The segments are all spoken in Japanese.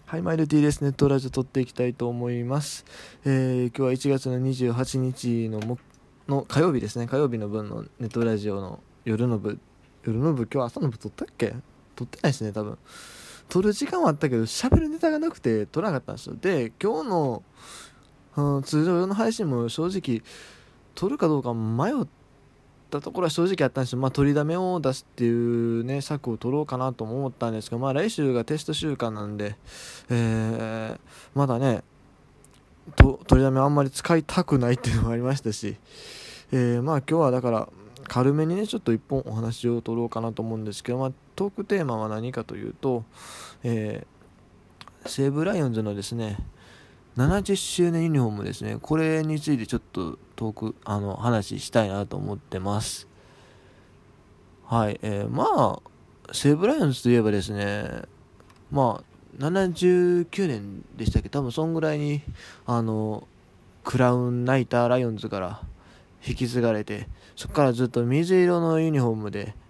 はい、マイル T です。ネットラジオ撮っていきたいと思います。今日は1月の28日の火曜日ですね。火曜日の分のネットラジオの夜の部、今日朝の部撮ったっけ？撮ってないですね、多分。撮る時間はあったけど、喋るネタがなくて撮らなかったんですよ。で、今日の、通常用の配信も正直、撮るかどうか迷ったところは正直あったんですよ。取りだめを出すっていうね、策を取ろうかなとも思ったんですが、来週がテスト週間なんで、まだね、取りだめあんまり使いたくないっていうのもありましたし、今日はだから軽めにねちょっと一本お話を取ろうかなと思うんですけど、トークテーマは何かというと、西武ライオンズのですね70周年ユニフォームですね、これについてちょっと話したいなと思ってます。はい、西武ライオンズといえばですね、79年でしたっけ、多分そんぐらいにクラウンナイターライオンズから引き継がれて、そこからずっと水色のユニフォームで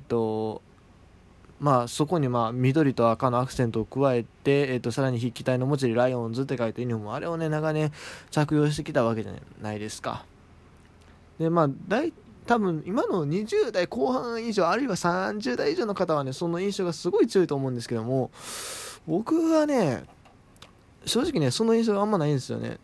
そこに緑と赤のアクセントを加えて、さらに筆記体の文字でライオンズって書いたユニフォーム、あれをね長年着用してきたわけじゃないですか。で多分今の20代後半以上あるいは30代以上の方はねその印象がすごい強いと思うんですけども、僕はね正直ねその印象があんまないんですよね。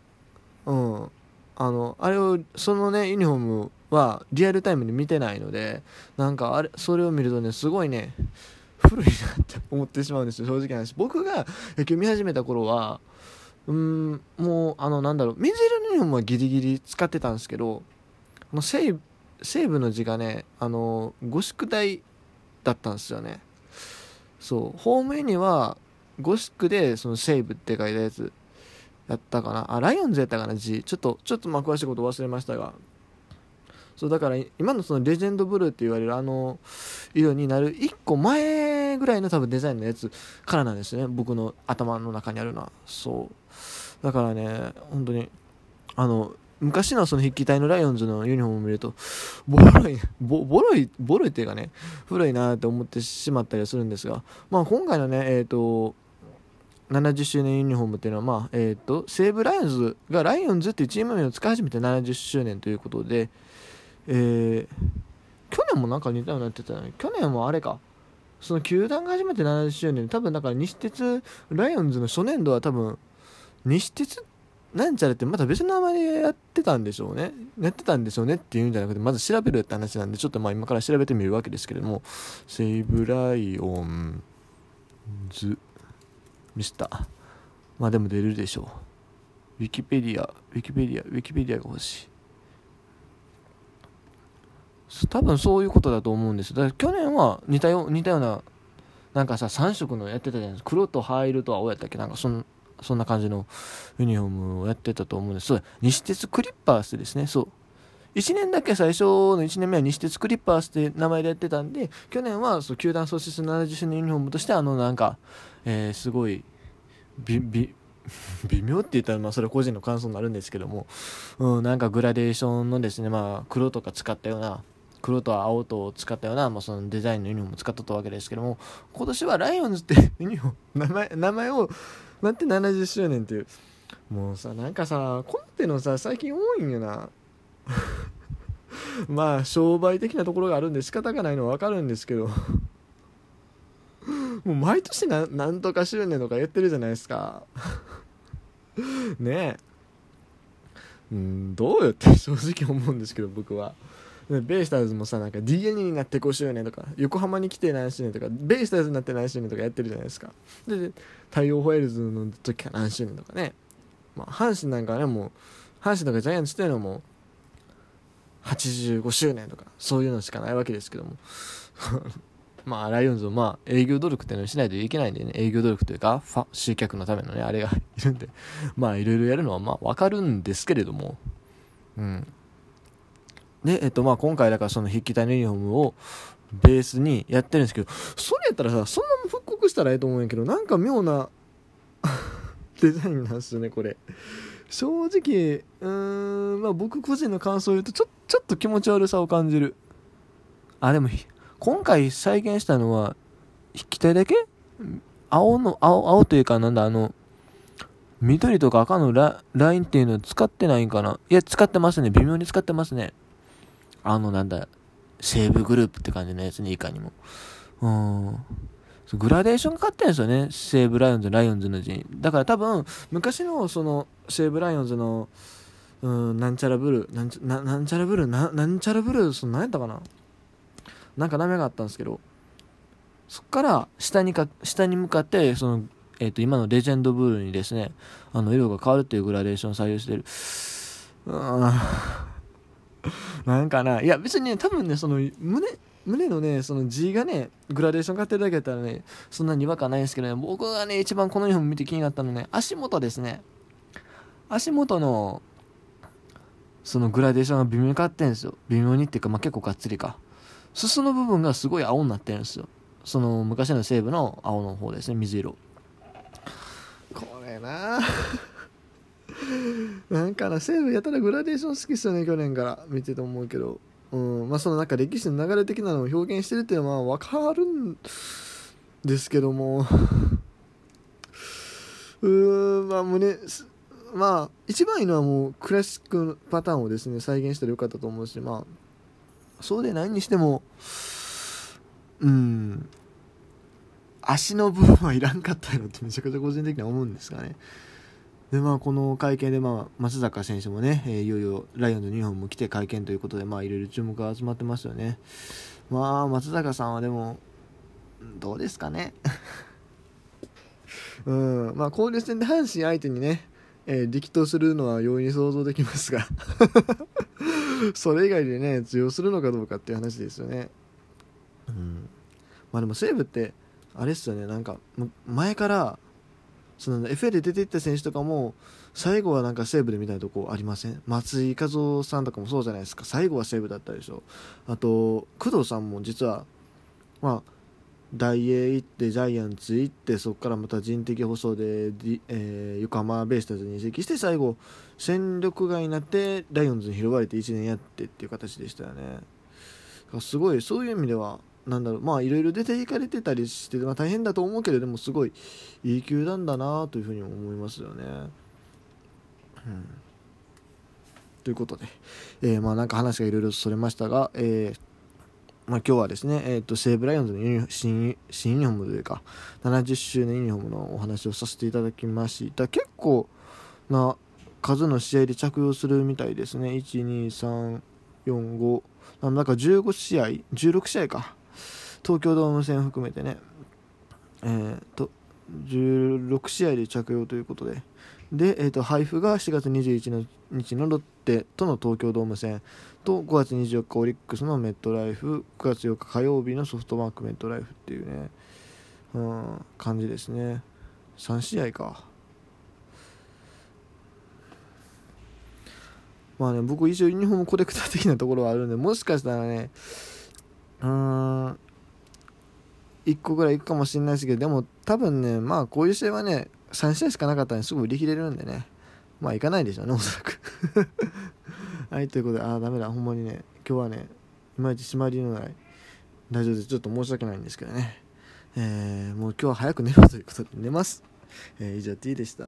あれをそのねユニフォームはリアルタイムで見てないので、それを見るとねすごいね古いなって思ってしまうんですよ、正直な話。僕が野球見始めた頃はもう水色のユニフォームはギリギリ使ってたんですけど、西武の字がねゴシック体だったんですよね。そう、ホームインにはゴシックでその西武って書いたやつやったかな、ライオンズやったかな、字ちょっと詳しいこと忘れましたが、そうだから今のそのレジェンドブルーって言われる色になる1個前ぐらいの多分デザインのやつからなんですね、僕の頭の中にあるのは。そうだからね本当に昔のその筆記体のライオンズのユニフォームを見るとボロいっていうかね古いなって思ってしまったりはするんですが、今回のね70周年ユニフォームっていうのは西武ライオンズがライオンズっていうチーム名を使い始めて70周年ということで、去年もなんか似たようになってたよね。去年もあれか、その球団が始めて70周年、多分だから西鉄ライオンズの初年度は多分西鉄なんちゃらってまた別の名前でやってたんでしょうねっていうんじゃなくて、まず調べるって話なんで、ちょっと今から調べてみるわけですけれども、西武ライオンズミスター、でも出るでしょう。ウィキペディアが欲しい。多分そういうことだと思うんです。だから去年は似たような3色のやってたじゃないですか。黒と灰色と青やったっけ、そんな感じのユニフォームをやってたと思うんです。そう、西鉄クリッパースですね。そう、1年だけ最初の1年目は西鉄クリッパースって名前でやってたんで、去年は球団創設70周年ユニフォームとしてすごい微妙って言ったらそれは個人の感想になるんですけども、グラデーションのですね黒とか使ったような、黒と青とを使ったような、そのデザインのユニフォームを使っとったわけですけども、今年はライオンズってユニフォーム名前をなんて70周年っていう、もうさこの手の最近多いんよな商売的なところがあるんで仕方がないのは分かるんですけどもう毎年なんとか周年とか言ってるじゃないですかねえ、どうよって正直思うんですけど、僕はベイスターズもさDNA になって5周年とか、横浜に来て何周年とか、ベイスターズになって何周年とかやってるじゃないですか。で太陽ホエールズの時から何周年とかね、阪神なんかね、もう阪神とかジャイアンツっていうのも85周年とかそういうのしかないわけですけどもライオンズも営業努力っていうのをしないといけないんでね、営業努力というか集客のためのねあれがいるんで、いろいろやるのは分かるんですけれども、で今回だからその筆記体のユニフォームをベースにやってるんですけど、それやったらさそのまま復刻したらいいと思うんやけど、妙なデザインなんですよねこれ。正直僕個人の感想を言うとちょっと気持ち悪さを感じる。でも今回再現したのは筆記体だけ青というか緑とか赤のラインっていうのを使ってないんかな。いや、使ってますね。微妙に使ってますね。西武グループって感じのやつにいかにも。グラデーションがかかってるんですよね。西武ライオンズの字に。だから多分、昔のその、西武ライオンズの、なんちゃらブルー、なんちゃらブルー、何やったかな。なんか名前があったんですけど、そっから下に向かって、今のレジェンドブルーにですね、色が変わるっていうグラデーションを採用してる。なんかな、いや別にね、多分ね、胸のね、その字がね、グラデーション変わってるだけだったらね、そんなに違和感ないんですけどね、僕がね、一番このユニフォーム見て気になったのね、足元ですね。足元の、そのグラデーションが微妙に変わってるんですよ。微妙にっていうか、結構がっつりか。裾の部分がすごい青になってるんですよ。その昔の西武の青の方ですね、水色。これななんかな、西武やたらグラデーション好きっすよね、去年から見てて思うけど。そのなんか歴史の流れ的なのを表現してるっていうのは分かるんですけども一番いいのはもうクラシックパターンをですね再現したらよかったと思うし、そうでないにしても足の部分はいらんかったよってめちゃくちゃ個人的には思うんですがね。でこの会見で松坂選手もね、いよいよライオンズのユニフォームも着て会見ということでいろいろ注目が集まってますよね。松坂さんはでもどうですかね交流戦で阪神相手にね、力投するのは容易に想像できますがそれ以外でね通用するのかどうかっていう話ですよね。でも西武ってあれっすよね、なんか前からその FA で出ていった選手とかも最後はなんか西武でみたいなとこありません？松井稼頭央さんとかもそうじゃないですか。最後は西武だったでしょ。あと工藤さんも実は大英行ってジャイアンツ行って、そこからまた人的補償で、横浜ベイスターズに移籍して、最後戦力外になってライオンズに拾われて1年やってっていう形でしたよね。すごいそういう意味ではいろいろ出ていかれてたりして、大変だと思うけれどもすごいいい球団だなというふうに思いますよね。ということで、なんか話がいろいろそれましたが、今日はですね、西武ライオンズの新ユニフォームというか70周年ユニフォームのお話をさせていただきました。結構な数の試合で着用するみたいですね。1,2,3,4,5なんか16試合か、東京ドーム戦含めてね、16試合で着用ということで、配布が4月21日のロッテとの東京ドーム戦と5月24日オリックスのメットライフ、9月4日火曜日のソフトバンクメットライフっていうね、感じですね。3試合か。僕一応ユニフォームコレクター的なところはあるんで、もしかしたらね1個ぐらいいくかもしれないですけど、でも多分ねこういう試合はね3試合しかなかったらすぐ売り切れるんでね、いかないでしょうね、おそらくはい、ということでダメだ、ほんまにね今日はねいまいち締まりのないラジオでちょっと申し訳ないんですけどね、もう今日は早く寝ろということで寝ます。以上 T でした。